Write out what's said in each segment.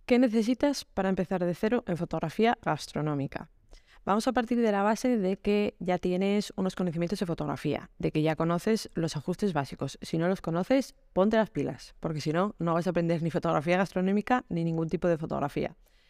¿Qué necesitas para empezar de cero en fotografía gastronómica? Vamos a partir de la base de que ya tienes unos conocimientos de fotografía, de que ya conoces los ajustes básicos. Si no los conoces, ponte las pilas, porque si no, no vas a aprender ni fotografía gastronómica ni ningún tipo de fotografía.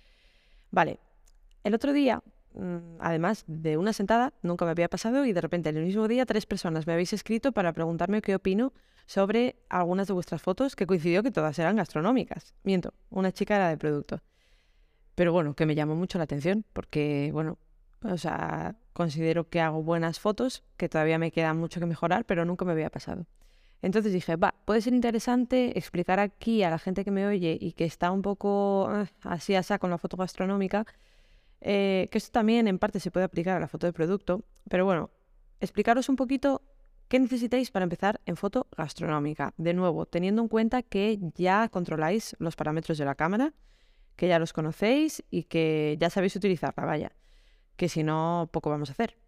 Vale, el otro día, además de una sentada, nunca me había pasado y de repente en el mismo día 3 personas me habéis escrito para preguntarme qué opino sobre algunas de vuestras fotos, que coincidió que todas eran gastronómicas. Miento, una chica era de producto. Pero bueno, que me llamó mucho la atención porque, bueno, o sea, considero que hago buenas fotos, que todavía me queda mucho que mejorar, pero nunca me había pasado. Entonces dije, puede ser interesante explicar aquí a la gente que me oye y que está un poco así asá con la foto gastronómica, que esto también en parte se puede aplicar a la foto de producto, pero bueno, explicaros un poquito qué necesitáis para empezar en foto gastronómica. De nuevo, teniendo en cuenta que ya controláis los parámetros de la cámara, que ya los conocéis y que ya sabéis utilizarla, vaya, que si no, poco vamos a hacer.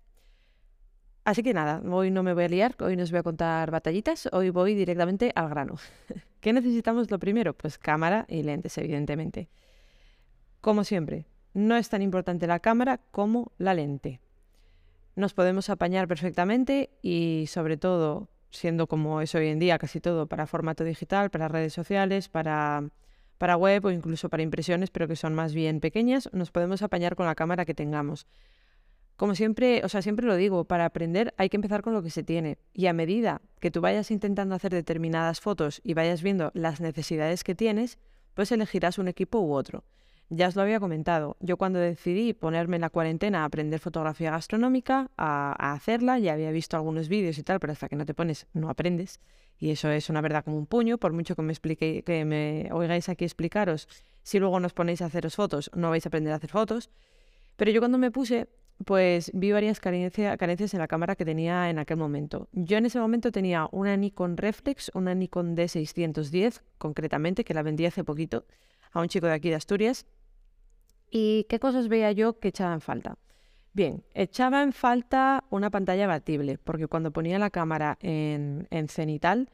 Así que nada, hoy no me voy a liar, hoy no os voy a contar batallitas, hoy voy directamente al grano. ¿Qué necesitamos lo primero? Pues cámara y lentes, evidentemente. Como siempre, no es tan importante la cámara como la lente. Nos podemos apañar perfectamente y sobre todo, siendo como es hoy en día casi todo para formato digital, para redes sociales, para web o incluso para impresiones, pero que son más bien pequeñas, nos podemos apañar con la cámara que tengamos. Como siempre, o sea, siempre lo digo, para aprender hay que empezar con lo que se tiene. Y a medida que tú vayas intentando hacer determinadas fotos y vayas viendo las necesidades que tienes, pues elegirás un equipo u otro. Ya os lo había comentado, yo cuando decidí ponerme en la cuarentena a aprender fotografía gastronómica, a hacerla, ya había visto algunos vídeos y tal, pero hasta que no te pones no aprendes. Y eso es una verdad como un puño, por mucho que me oigáis aquí explicaros, si luego nos ponéis a haceros fotos, no vais a aprender a hacer fotos. Pero yo cuando me puse, pues vi varias carencias en la cámara que tenía en aquel momento. Yo en ese momento tenía una Nikon Reflex, una Nikon D610 concretamente, que la vendí hace poquito a un chico de aquí de Asturias. ¿Y qué cosas veía yo que echaba en falta? Bien, echaba en falta una pantalla abatible, porque cuando ponía la cámara en cenital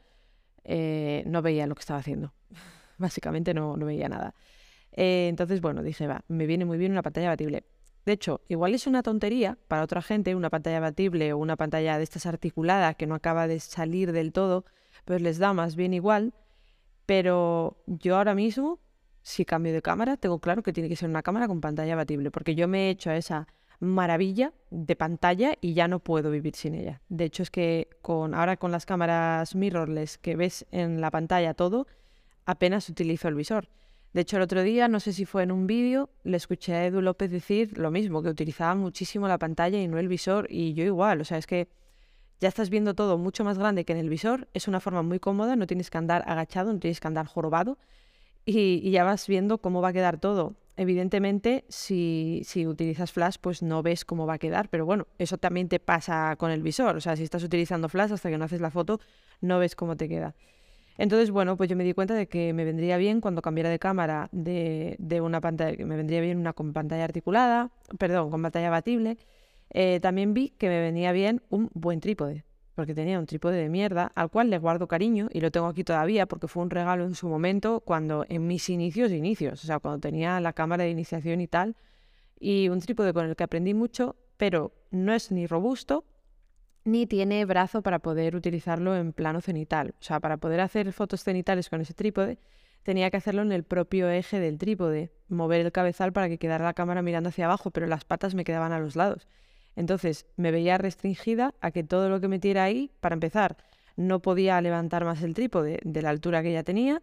no veía lo que estaba haciendo. Básicamente no veía nada. Entonces, bueno, dije, me viene muy bien una pantalla abatible. De hecho, igual es una tontería para otra gente, una pantalla abatible o una pantalla de estas articulada que no acaba de salir del todo, pues les da más bien igual. Pero yo ahora mismo, si cambio de cámara, tengo claro que tiene que ser una cámara con pantalla abatible, porque yo me he hecho a esa maravilla de pantalla y ya no puedo vivir sin ella. De hecho, es que ahora con las cámaras mirrorless que ves en la pantalla todo, apenas utilizo el visor. De hecho, el otro día, no sé si fue en un vídeo, le escuché a Edu López decir lo mismo, que utilizaba muchísimo la pantalla y no el visor, y yo igual, o sea, es que ya estás viendo todo mucho más grande que en el visor, es una forma muy cómoda, no tienes que andar agachado, no tienes que andar jorobado, y ya vas viendo cómo va a quedar todo. Evidentemente, si utilizas flash, pues no ves cómo va a quedar, pero bueno, eso también te pasa con el visor, o sea, si estás utilizando flash hasta que no haces la foto, no ves cómo te queda. Entonces, bueno, pues yo me di cuenta de que me vendría bien cuando cambiara de cámara de una pantalla, que me vendría bien una con pantalla articulada, perdón, con pantalla abatible. También vi que me venía bien un buen trípode, porque tenía un trípode de mierda, al cual le guardo cariño y lo tengo aquí todavía porque fue un regalo en su momento cuando en mis inicios, o sea, cuando tenía la cámara de iniciación y tal, y un trípode con el que aprendí mucho, pero no es ni robusto ni tiene brazo para poder utilizarlo en plano cenital. O sea, para poder hacer fotos cenitales con ese trípode, tenía que hacerlo en el propio eje del trípode, mover el cabezal para que quedara la cámara mirando hacia abajo, pero las patas me quedaban a los lados. Entonces, me veía restringida a que todo lo que metiera ahí, para empezar, no podía levantar más el trípode de la altura que ya tenía,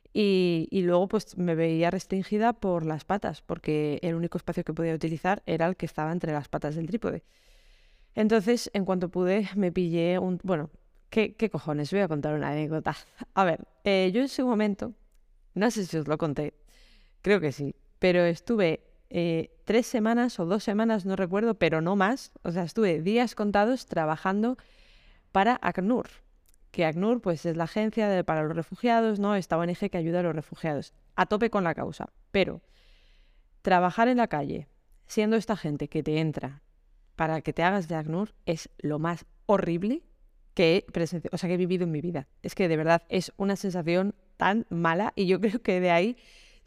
y luego pues me veía restringida por las patas, porque el único espacio que podía utilizar era el que estaba entre las patas del trípode. Entonces, en cuanto pude, me pillé un... Bueno, ¿qué cojones? Voy a contar una anécdota. A ver, yo en ese momento, no sé si os lo conté, creo que sí, pero estuve 3 semanas o 2 semanas, no recuerdo, pero no más. O sea, estuve días contados trabajando para ACNUR, que ACNUR pues, es la agencia para los refugiados, ¿no? Esta ONG que ayuda a los refugiados. A tope con la causa. Pero trabajar en la calle, siendo esta gente que te entra para que te hagas de ACNUR, es lo más horrible que he vivido en mi vida. Es que de verdad es una sensación tan mala y yo creo que de ahí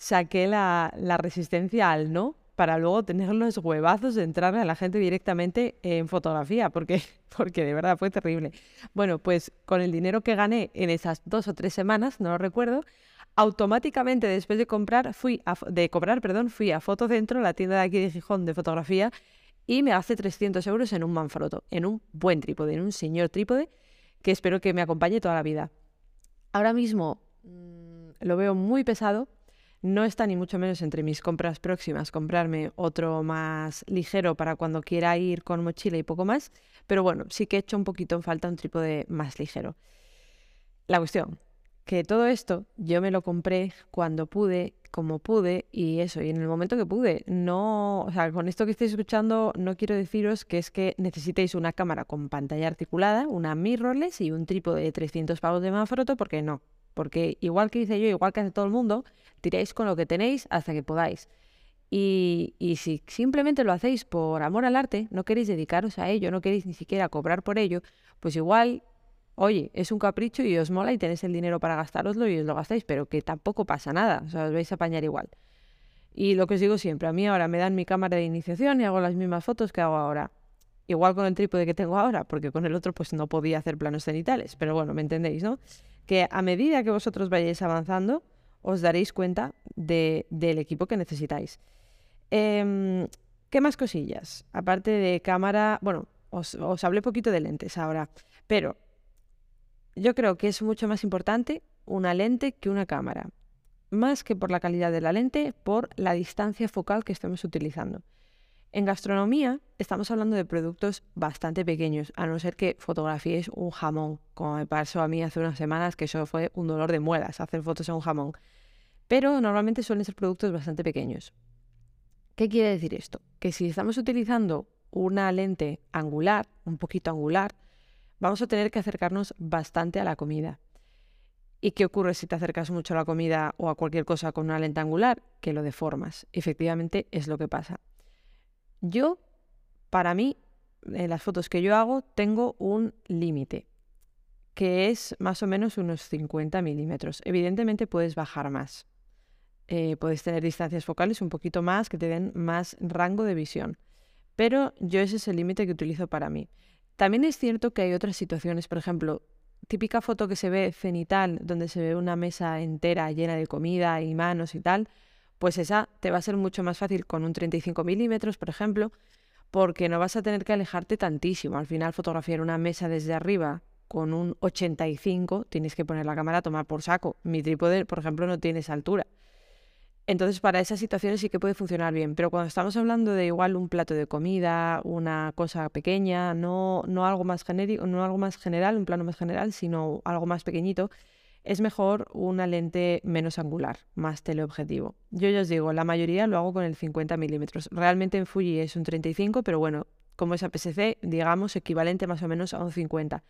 saqué la resistencia al no para luego tener los huevazos de entrarle a la gente directamente en fotografía, porque de verdad fue terrible. Bueno, pues con el dinero que gané en esas 2 o 3 semanas, no lo recuerdo, automáticamente después de cobrar, fui a Fotocentro, la tienda de aquí de Gijón de fotografía, y me gasté 300 euros en un Manfrotto, en un buen trípode, en un señor trípode que espero que me acompañe toda la vida. Ahora mismo lo veo muy pesado. No está ni mucho menos entre mis compras próximas comprarme otro más ligero para cuando quiera ir con mochila y poco más, pero bueno, sí que he hecho un poquito en falta un trípode más ligero. La cuestión, que todo esto yo me lo compré cuando pude, como pude y eso, y en el momento que pude. No, o sea, con esto que estáis escuchando no quiero deciros que es que necesitéis una cámara con pantalla articulada, una mirrorless y un trípode de 300 pavos de Manfrotto, porque no. Porque igual que hice yo, igual que hace todo el mundo, tiráis con lo que tenéis hasta que podáis. Y si simplemente lo hacéis por amor al arte, no queréis dedicaros a ello, no queréis ni siquiera cobrar por ello, pues igual, oye, es un capricho y os mola y tenéis el dinero para gastároslo y os lo gastáis, pero que tampoco pasa nada, o sea, os vais a apañar igual. Y lo que os digo siempre, a mí ahora me dan mi cámara de iniciación y hago las mismas fotos que hago ahora. Igual con el trípode que tengo ahora, porque con el otro pues no podía hacer planos cenitales, pero bueno, me entendéis, ¿no? Que a medida que vosotros vayáis avanzando, os daréis cuenta del equipo que necesitáis. ¿Qué más cosillas? Aparte de cámara, bueno, os hablé poquito de lentes ahora, pero yo creo que es mucho más importante una lente que una cámara. Más que por la calidad de la lente, por la distancia focal que estemos utilizando. En gastronomía estamos hablando de productos bastante pequeños, a no ser que fotografiéis un jamón, como me pasó a mí hace unas semanas, que eso fue un dolor de muelas, hacer fotos a un jamón. Pero normalmente suelen ser productos bastante pequeños. ¿Qué quiere decir esto? Que si estamos utilizando una lente angular, un poquito angular, vamos a tener que acercarnos bastante a la comida. ¿Y qué ocurre si te acercas mucho a la comida o a cualquier cosa con una lente angular? Que lo deformas. Efectivamente es lo que pasa. Yo, para mí, en las fotos que yo hago, tengo un límite, que es más o menos unos 50 milímetros. Evidentemente puedes bajar más. Puedes tener distancias focales un poquito más que te den más rango de visión. Pero yo ese es el límite que utilizo para mí. También es cierto que hay otras situaciones, por ejemplo, típica foto que se ve cenital, donde se ve una mesa entera llena de comida y manos y tal, pues esa te va a ser mucho más fácil con un 35 milímetros, por ejemplo, porque no vas a tener que alejarte tantísimo. Al final, fotografiar una mesa desde arriba con un 85, tienes que poner la cámara a tomar por saco. Mi trípode, por ejemplo, no tiene esa altura. Entonces, para esas situaciones sí que puede funcionar bien, pero cuando estamos hablando de igual un plato de comida, una cosa pequeña, no algo más genérico, no algo más general, un plano más general, sino algo más pequeñito, es mejor una lente menos angular, más teleobjetivo. Yo ya os digo, la mayoría lo hago con el 50 milímetros. Realmente en Fuji es un 35, pero bueno, como es APS-C, digamos, equivalente más o menos a un 50.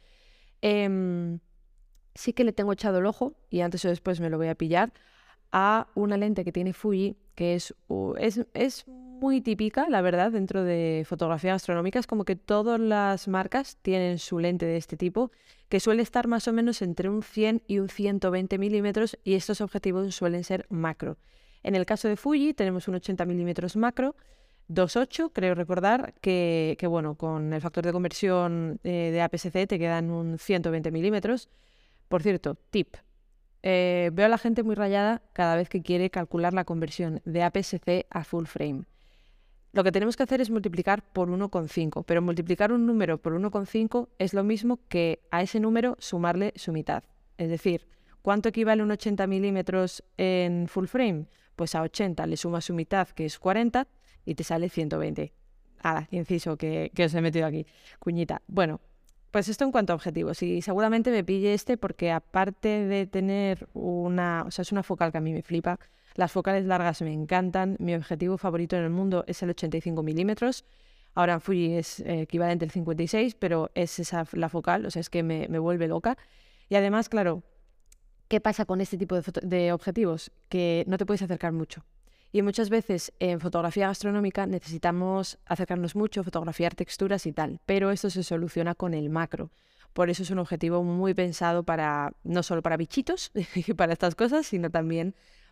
Sí que le tengo echado el ojo, y antes o después me lo voy a pillar, a una lente que tiene Fuji, que es muy típica, la verdad, dentro de fotografía gastronómica. Es como que todas las marcas tienen su lente de este tipo, que suele estar más o menos entre un 100 y un 120 milímetros, y estos objetivos suelen ser macro. En el caso de Fuji tenemos un 80 milímetros macro, 2.8, creo recordar, que bueno, con el factor de conversión de APS-C te quedan un 120 milímetros. Por cierto, tip. Veo a la gente muy rayada cada vez que quiere calcular la conversión de APS-C a full frame. Lo que tenemos que hacer es multiplicar por 1,5, pero multiplicar un número por 1,5 es lo mismo que a ese número sumarle su mitad. Es decir, ¿cuánto equivale un 80 milímetros en full frame? Pues a 80 le sumas su mitad, que es 40, y te sale 120. Inciso que os he metido aquí, cuñita. Bueno, pues esto en cuanto a objetivos, y seguramente me pille este porque aparte de tener es una focal que a mí me flipa, las focales largas me encantan, mi objetivo favorito en el mundo es el 85 milímetros, ahora en Fuji es equivalente al 56, pero es esa la focal, o sea, es que me vuelve loca. Y además, claro, ¿qué pasa con este tipo de objetivos? Que no te puedes acercar mucho. Y muchas veces en fotografía gastronómica necesitamos acercarnos mucho, fotografiar texturas y tal, pero esto se soluciona con el macro. Por eso es un objetivo muy pensado para no solo para bichitos y para estas cosas, sino también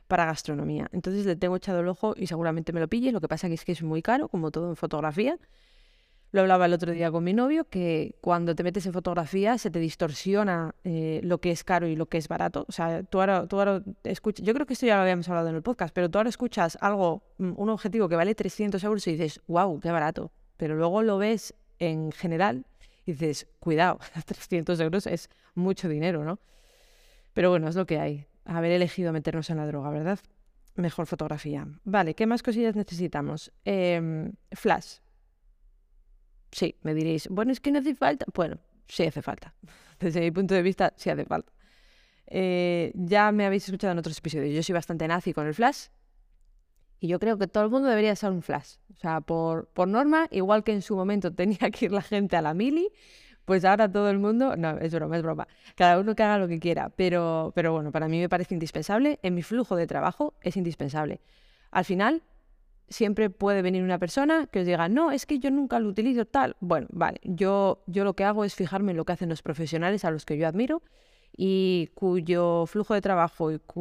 para gastronomía. Entonces le tengo echado el ojo y seguramente me lo pille. Lo que pasa es que es muy caro, como todo en fotografía. Lo hablaba el otro día con mi novio, que cuando te metes en fotografía se te distorsiona lo que es caro y lo que es barato. O sea, tú ahora escuchas, yo creo que esto ya lo habíamos hablado en el podcast, pero tú ahora escuchas algo, un objetivo que vale 300 euros y dices, wow, qué barato. Pero luego lo ves en general y dices, cuidado, 300 euros es mucho dinero, ¿no? Pero bueno, es lo que hay. Haber elegido meternos en la droga, ¿verdad? Mejor fotografía. Vale, ¿qué más cosillas necesitamos? Flash. Sí, me diréis, bueno, es que no hace falta. Bueno, sí hace falta. Desde mi punto de vista, sí hace falta. Ya me habéis escuchado en otros episodios. Yo soy bastante nazi con el flash y yo creo que todo el mundo debería usar un flash. O sea, por norma, igual que en su momento tenía que ir la gente a la mili, pues ahora todo el mundo... No, es broma, es broma. Cada uno que haga lo que quiera. Pero bueno, para mí me parece indispensable. En mi flujo de trabajo es indispensable. Al final, siempre puede venir una persona que os diga, no, es que yo nunca lo utilizo tal. Bueno, vale, yo lo que hago es fijarme en lo que hacen los profesionales a los que yo admiro y cuyo flujo de trabajo y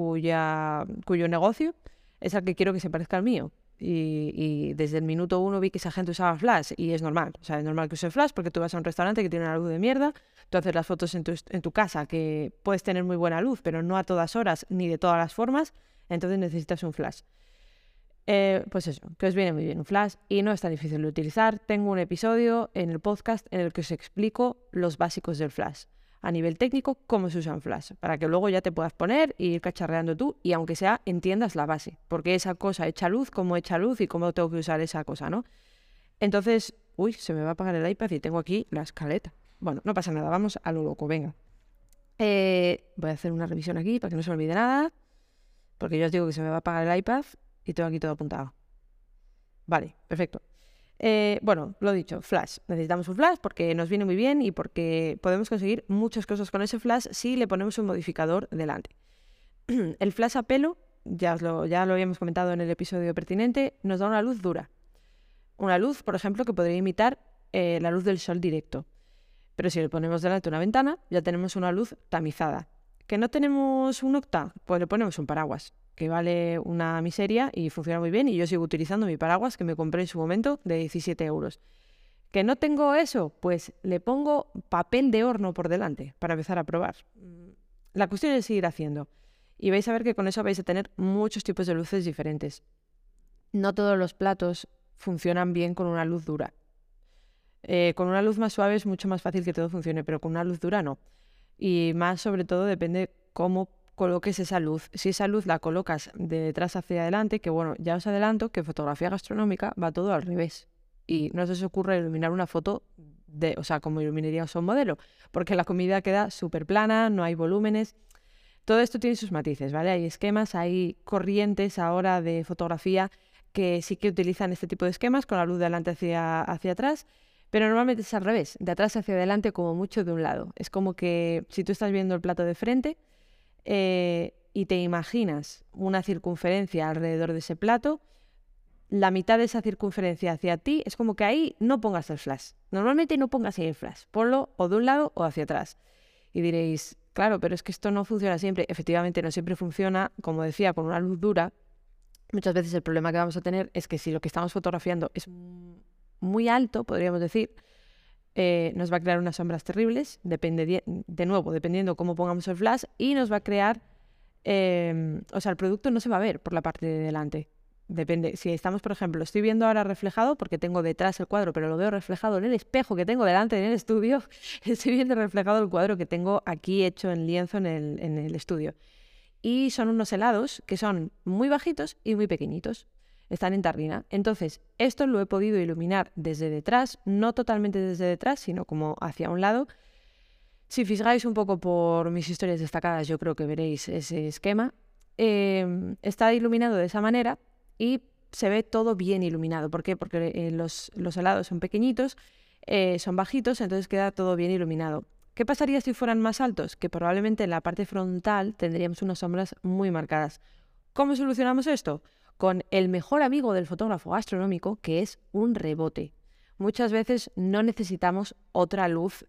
cuyo negocio es al que quiero que se parezca al mío. Y desde el minuto 1 vi que esa gente usaba flash y es normal. O sea, es normal que use flash porque tú vas a un restaurante que tiene una luz de mierda, tú haces las fotos en tu casa que puedes tener muy buena luz, pero no a todas horas ni de todas las formas, entonces necesitas un flash. Pues eso, que os viene muy bien un flash y no es tan difícil de utilizar. Tengo un episodio en el podcast en el que os explico los básicos del flash. A nivel técnico, cómo se usa un flash, para que luego ya te puedas poner y ir cacharreando tú y aunque sea entiendas la base, porque esa cosa echa luz, cómo echa luz y cómo tengo que usar esa cosa, ¿no? Entonces, uy, se me va a apagar el iPad y tengo aquí la escaleta. Bueno, no pasa nada, vamos a lo loco, venga. Voy a hacer una revisión aquí para que no se me olvide nada, porque yo os digo que se me va a apagar el iPad y tengo aquí todo apuntado. Vale, perfecto. Bueno, lo dicho, flash. Necesitamos un flash porque nos viene muy bien y porque podemos conseguir muchas cosas con ese flash si le ponemos un modificador delante. El flash a pelo, ya lo habíamos comentado en el episodio pertinente, nos da una luz dura. Una luz, por ejemplo, que podría imitar la luz del sol directo. Pero si le ponemos delante una ventana, ya tenemos una luz tamizada. ¿Que no tenemos un octa? Pues le ponemos un paraguas, que vale una miseria y funciona muy bien y yo sigo utilizando mi paraguas que me compré en su momento de 17 euros. ¿Que no tengo eso? Pues le pongo papel de horno por delante para empezar a probar. La cuestión es seguir haciendo y vais a ver que con eso vais a tener muchos tipos de luces diferentes. No todos los platos funcionan bien con una luz dura. Con una luz más suave es mucho más fácil que todo funcione, pero con una luz dura no. Y más sobre todo depende cómo coloques esa luz. Si esa luz la colocas de detrás hacia adelante, que bueno, ya os adelanto que en fotografía gastronómica va todo al revés. Y no se os ocurre iluminar una foto o sea, como iluminaríamos un modelo, porque la comida queda súper plana, no hay volúmenes. Todo esto tiene sus matices, ¿vale? Hay esquemas, hay corrientes ahora de fotografía que sí que utilizan este tipo de esquemas con la luz de adelante hacia atrás, pero normalmente es al revés, de atrás hacia adelante como mucho de un lado. Es como que si tú estás viendo el plato de frente y te imaginas una circunferencia alrededor de ese plato, la mitad de esa circunferencia hacia ti es como que ahí no pongas el flash. Normalmente no pongas ahí el flash, ponlo o de un lado o hacia atrás. Y diréis, claro, pero es que esto no funciona siempre. Efectivamente, no siempre funciona, como decía, con una luz dura. Muchas veces el problema que vamos a tener es que si lo que estamos fotografiando es muy alto, podríamos decir, nos va a crear unas sombras terribles, de nuevo, dependiendo cómo pongamos el flash, y nos va a crear, o sea, el producto no se va a ver por la parte de delante. Depende, si estamos, por ejemplo, estoy viendo ahora reflejado porque tengo detrás el cuadro, pero lo veo reflejado en el espejo que tengo delante en el estudio, estoy viendo reflejado el cuadro que tengo aquí hecho en lienzo en el estudio. Y son unos helados que son muy bajitos y muy pequeñitos. Están en tarrina. Entonces, esto lo he podido iluminar desde detrás, no totalmente desde detrás, sino como hacia un lado. Si fijáis un poco por mis historias destacadas, yo creo que veréis ese esquema. Está iluminado de esa manera y se ve todo bien iluminado. ¿Por qué? Porque los helados son pequeñitos, son bajitos, entonces queda todo bien iluminado. ¿Qué pasaría si fueran más altos? Que probablemente en la parte frontal tendríamos unas sombras muy marcadas. ¿Cómo solucionamos esto? Con el mejor amigo del fotógrafo gastronómico, que es un rebote. Muchas veces no necesitamos otra luz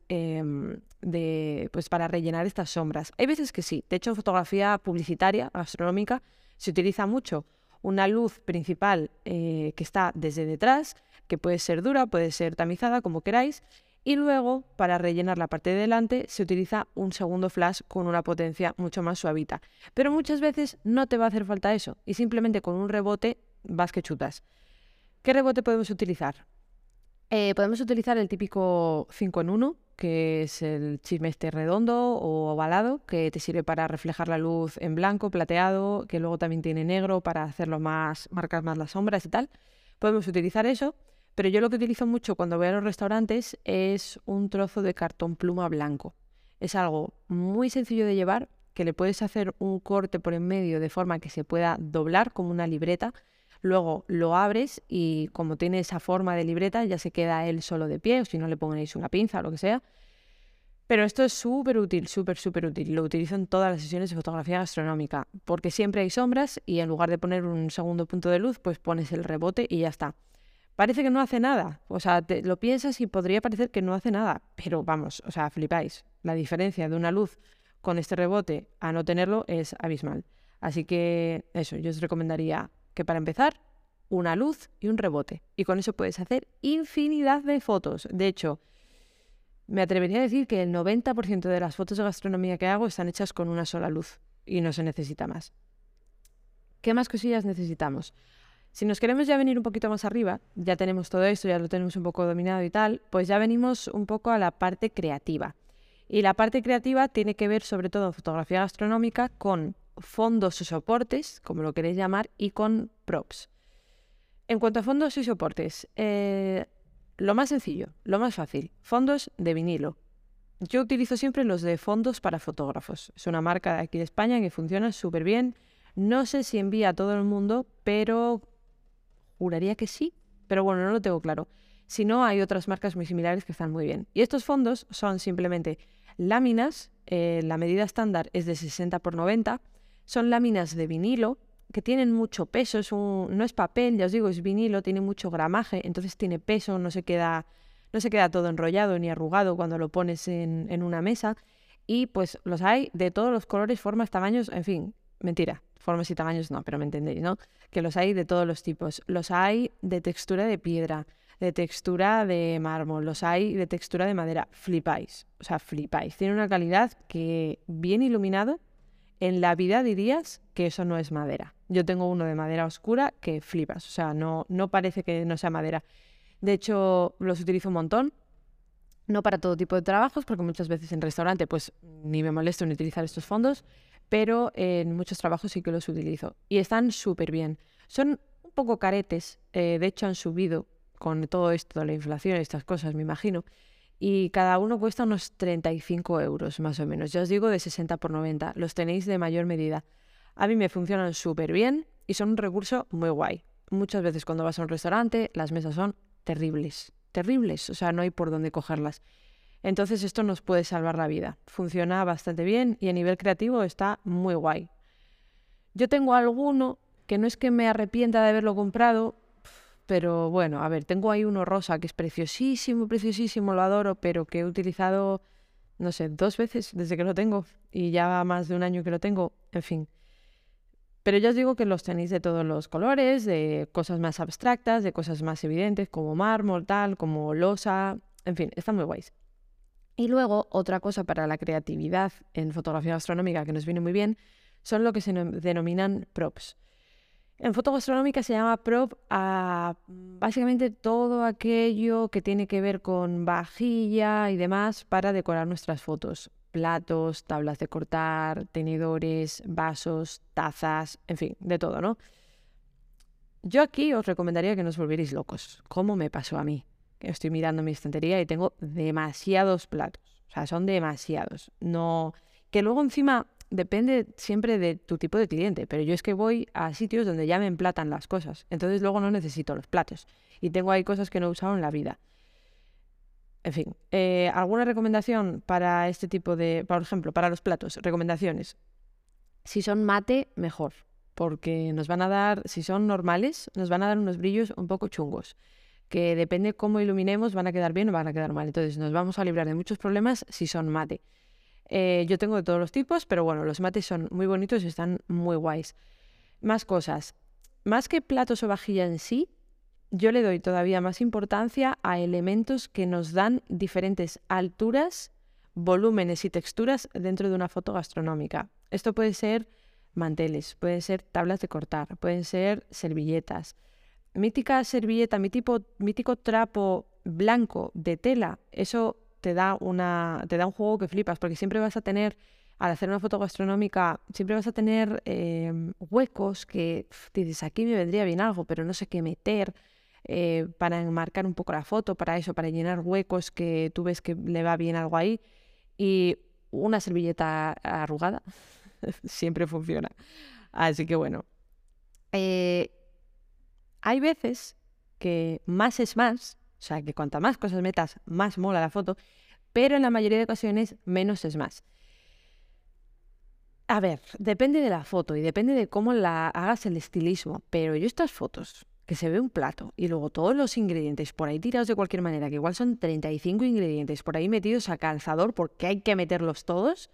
pues para rellenar estas sombras. Hay veces que sí. De hecho, en fotografía publicitaria, gastronómica, Se utiliza mucho una luz principal que está desde detrás, que puede ser dura, puede ser tamizada, como queráis, y luego para rellenar la parte de delante se utiliza un segundo flash con una potencia mucho más suavita. Pero muchas veces no te va a hacer falta eso y simplemente con un rebote vas que chutas. ¿Qué rebote podemos utilizar? Podemos utilizar el típico 5 en 1, que es el chisme este redondo o ovalado, que te sirve para reflejar la luz en blanco, plateado, que luego también tiene negro para hacerlo más, marcar más las sombras y tal. Podemos utilizar eso, pero yo lo que utilizo mucho cuando voy a los restaurantes es un trozo de cartón pluma blanco. Es algo muy sencillo de llevar, que le puedes hacer un corte por en medio de forma que se pueda doblar como una libreta. Luego lo abres y como tiene esa forma de libreta ya se queda él solo de pie, o si no le ponéis una pinza o lo que sea. Pero esto es súper útil, súper útil. Lo utilizo en todas las sesiones de fotografía gastronómica, porque siempre hay sombras y en lugar de poner un segundo punto de luz, pues pones el rebote y ya está. Parece que no hace nada, o sea, lo piensas y podría parecer que no hace nada, pero vamos, o sea, flipáis. La diferencia de una luz con este rebote a no tenerlo es abismal. Así que eso, yo os recomendaría que para empezar, una luz y un rebote. Y con eso puedes hacer infinidad de fotos. De hecho, me atrevería a decir que el 90% de las fotos de gastronomía que hago están hechas con una sola luz y no se necesita más. ¿Qué más cosillas necesitamos? Si nos queremos ya venir un poquito más arriba, ya tenemos todo esto, ya lo tenemos un poco dominado y tal, pues ya venimos un poco a la parte creativa. Y la parte creativa tiene que ver sobre todo en fotografía gastronómica con fondos o soportes, como lo queréis llamar, y con props. En cuanto a fondos y soportes, lo más sencillo, lo más fácil, fondos de vinilo. Yo utilizo siempre los de fondos para fotógrafos. Es una marca de aquí de España que funciona súper bien. No sé si envía a todo el mundo, pero juraría que sí, pero bueno, no lo tengo claro. Si no, hay otras marcas muy similares que están muy bien. Y estos fondos son simplemente láminas, la medida estándar es de 60 por 90, son láminas de vinilo que tienen mucho peso, no es papel, ya os digo, es vinilo, tiene mucho gramaje, entonces tiene peso, no se queda todo enrollado ni arrugado cuando lo pones en una mesa. Y pues los hay de todos los colores, formas, tamaños, en fin, mentira, formas y tamaños no, pero me entendéis, ¿no? Que los hay de todos los tipos. Los hay de textura de piedra, de textura de mármol, los hay de textura de madera. Flipáis, o sea, flipáis. Tiene una calidad que bien iluminado, en la vida dirías que eso no es madera. Yo tengo uno de madera oscura que flipas, o sea, no parece que no sea madera. De hecho, los utilizo un montón. No para todo tipo de trabajos, porque muchas veces en restaurante pues ni me molesto en utilizar estos fondos, pero en muchos trabajos sí que los utilizo. Y están súper bien. Son un poco caretes, de hecho han subido con todo esto de la inflación y estas cosas, me imagino. Y cada uno cuesta unos 35 euros más o menos. Ya os digo de 60 por 90. Los tenéis de mayor medida. A mí me funcionan súper bien y son un recurso muy guay. Muchas veces cuando vas a un restaurante las mesas son terribles, o sea, no hay por dónde cogerlas. Entonces esto nos puede salvar la vida. Funciona bastante bien y a nivel creativo está muy guay. Yo tengo alguno que no es que me arrepienta de haberlo comprado, pero bueno, a ver, tengo ahí uno rosa que es preciosísimo, lo adoro, pero que he utilizado, no sé, 2 veces desde que lo tengo y ya va más de un año que lo tengo, en fin. Pero ya os digo que los tenéis de todos los colores, de cosas más abstractas, de cosas más evidentes, como mármol, tal, como losa, en fin, están muy guays. Y luego, otra cosa para la creatividad en fotografía gastronómica que nos viene muy bien, son lo que se denominan props. En foto gastronómica se llama prop a básicamente todo aquello que tiene que ver con vajilla y demás para decorar nuestras fotos. Platos, tablas de cortar, tenedores, vasos, tazas, en fin, de todo, ¿no? Yo aquí os recomendaría que no os volvierais locos, como me pasó a mí. Estoy mirando mi estantería y tengo demasiados platos, o sea, son demasiados. No, que luego encima depende siempre de tu tipo de cliente, pero yo es que voy a sitios donde ya me emplatan las cosas, entonces luego no necesito los platos y tengo ahí cosas que no he usado en la vida. En fin, ¿alguna recomendación para este tipo de, por ejemplo, para los platos? Recomendaciones. Si son mate, mejor, porque nos van a dar, si son normales, nos van a dar unos brillos un poco chungos, que depende cómo iluminemos, van a quedar bien o van a quedar mal. Entonces nos vamos a librar de muchos problemas si son mate. Yo tengo de todos los tipos, pero bueno, los mates son muy bonitos y están muy guays. Más cosas. Más que platos o vajilla en sí, yo le doy todavía más importancia a elementos que nos dan diferentes alturas, volúmenes y texturas dentro de una foto gastronómica. Esto puede ser manteles, pueden ser tablas de cortar, pueden ser servilletas. Mítica servilleta, mítico trapo blanco de tela, eso te da un juego que flipas, porque siempre vas a tener, al hacer una foto gastronómica, siempre vas a tener huecos que dices, aquí me vendría bien algo, pero no sé qué meter para enmarcar un poco la foto, para eso, para llenar huecos que tú ves que le va bien algo ahí. Y una servilleta arrugada siempre funciona. Así que bueno, hay veces que más es más, o sea, que cuanta más cosas metas, más mola la foto, pero en la mayoría de ocasiones menos es más. A ver, depende de la foto y depende de cómo la hagas el estilismo, pero yo estas fotos, que se ve un plato y luego todos los ingredientes por ahí tirados de cualquier manera, que igual son 35 ingredientes por ahí metidos a calzador porque hay que meterlos todos,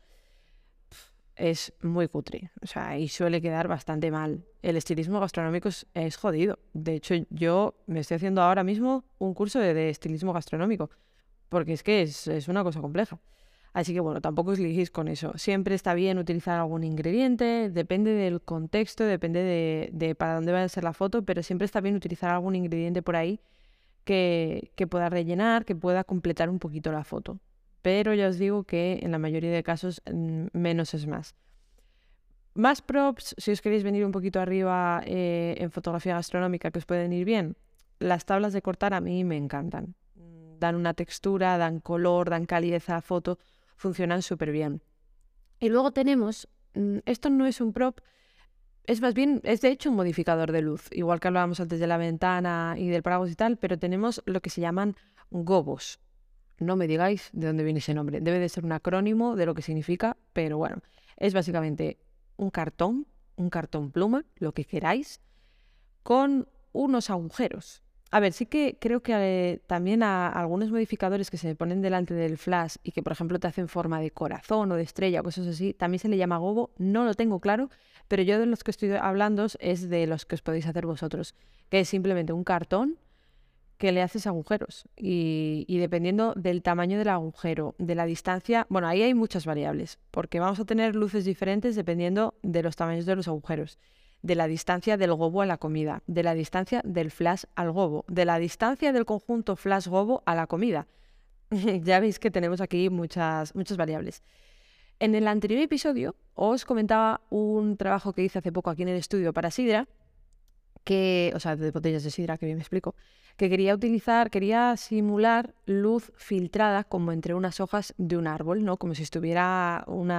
es muy cutre, o sea, y suele quedar bastante mal. El estilismo gastronómico es jodido. De hecho, yo me estoy haciendo ahora mismo un curso de estilismo gastronómico, porque es que es una cosa compleja. Así que bueno, tampoco os liguéis con eso. Siempre está bien utilizar algún ingrediente, depende del contexto, depende de para dónde vaya a ser la foto, pero siempre está bien utilizar algún ingrediente por ahí que pueda rellenar, que pueda completar un poquito la foto. Pero ya os digo que en la mayoría de casos menos es más. Más props, si os queréis venir un poquito arriba en fotografía gastronómica, que os pueden ir bien. Las tablas de cortar a mí me encantan. Dan una textura, dan color, dan calidez a la foto, funcionan súper bien. Y luego tenemos, esto no es un prop, es más bien, es de hecho un modificador de luz, igual que hablábamos antes de la ventana y del paraguas y tal, pero tenemos lo que se llaman gobos. No me digáis de dónde viene ese nombre, debe de ser un acrónimo de lo que significa, pero bueno, es básicamente un cartón pluma, lo que queráis, con unos agujeros. A ver, sí que creo que también a algunos modificadores que se ponen delante del flash y que, por ejemplo, te hacen forma de corazón o de estrella o cosas así, también se le llama gobo. No lo tengo claro, pero yo de los que estoy hablando es de los que os podéis hacer vosotros, que es simplemente un cartón que le haces agujeros y dependiendo del tamaño del agujero, de la distancia, bueno, ahí hay muchas variables, porque vamos a tener luces diferentes dependiendo de los tamaños de los agujeros, de la distancia del gobo a la comida, de la distancia del flash al gobo, de la distancia del conjunto flash-gobo a la comida. Ya veis que tenemos aquí muchas variables. En el anterior episodio os comentaba un trabajo que hice hace poco aquí en el estudio para sidra, o sea, de botellas de sidra, que bien me explico, que quería simular luz filtrada como entre unas hojas de un árbol, ¿no? Como si estuvieran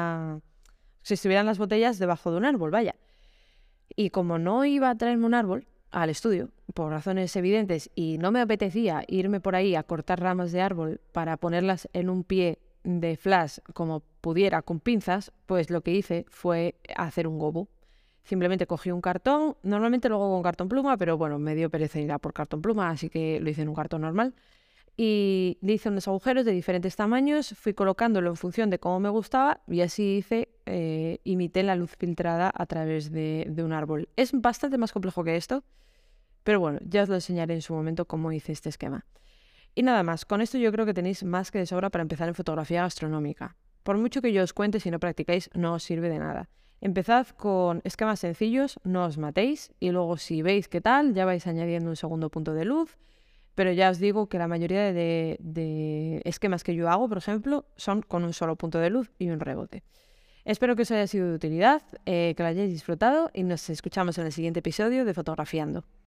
las botellas debajo de un árbol, vaya. Y como no iba a traerme un árbol al estudio, por razones evidentes, y no me apetecía irme por ahí a cortar ramas de árbol para ponerlas en un pie de flash como pudiera con pinzas, pues lo que hice fue hacer un gobo. Simplemente cogí un cartón, normalmente lo hago con cartón pluma, pero bueno, me dio pereza ir a por cartón pluma, así que lo hice en un cartón normal. Y le hice unos agujeros de diferentes tamaños, fui colocándolo en función de cómo me gustaba y así imité la luz filtrada a través de un árbol. Es bastante más complejo que esto, pero bueno, ya os lo enseñaré en su momento cómo hice este esquema. Y nada más, con esto yo creo que tenéis más que de sobra para empezar en fotografía gastronómica. Por mucho que yo os cuente, si no practicáis, no os sirve de nada. Empezad con esquemas sencillos, no os matéis, y luego si veis qué tal, ya vais añadiendo un segundo punto de luz. Pero ya os digo que la mayoría de esquemas que yo hago, por ejemplo, son con un solo punto de luz y un rebote. Espero que os haya sido de utilidad, que lo hayáis disfrutado y nos escuchamos en el siguiente episodio de Fotografiando.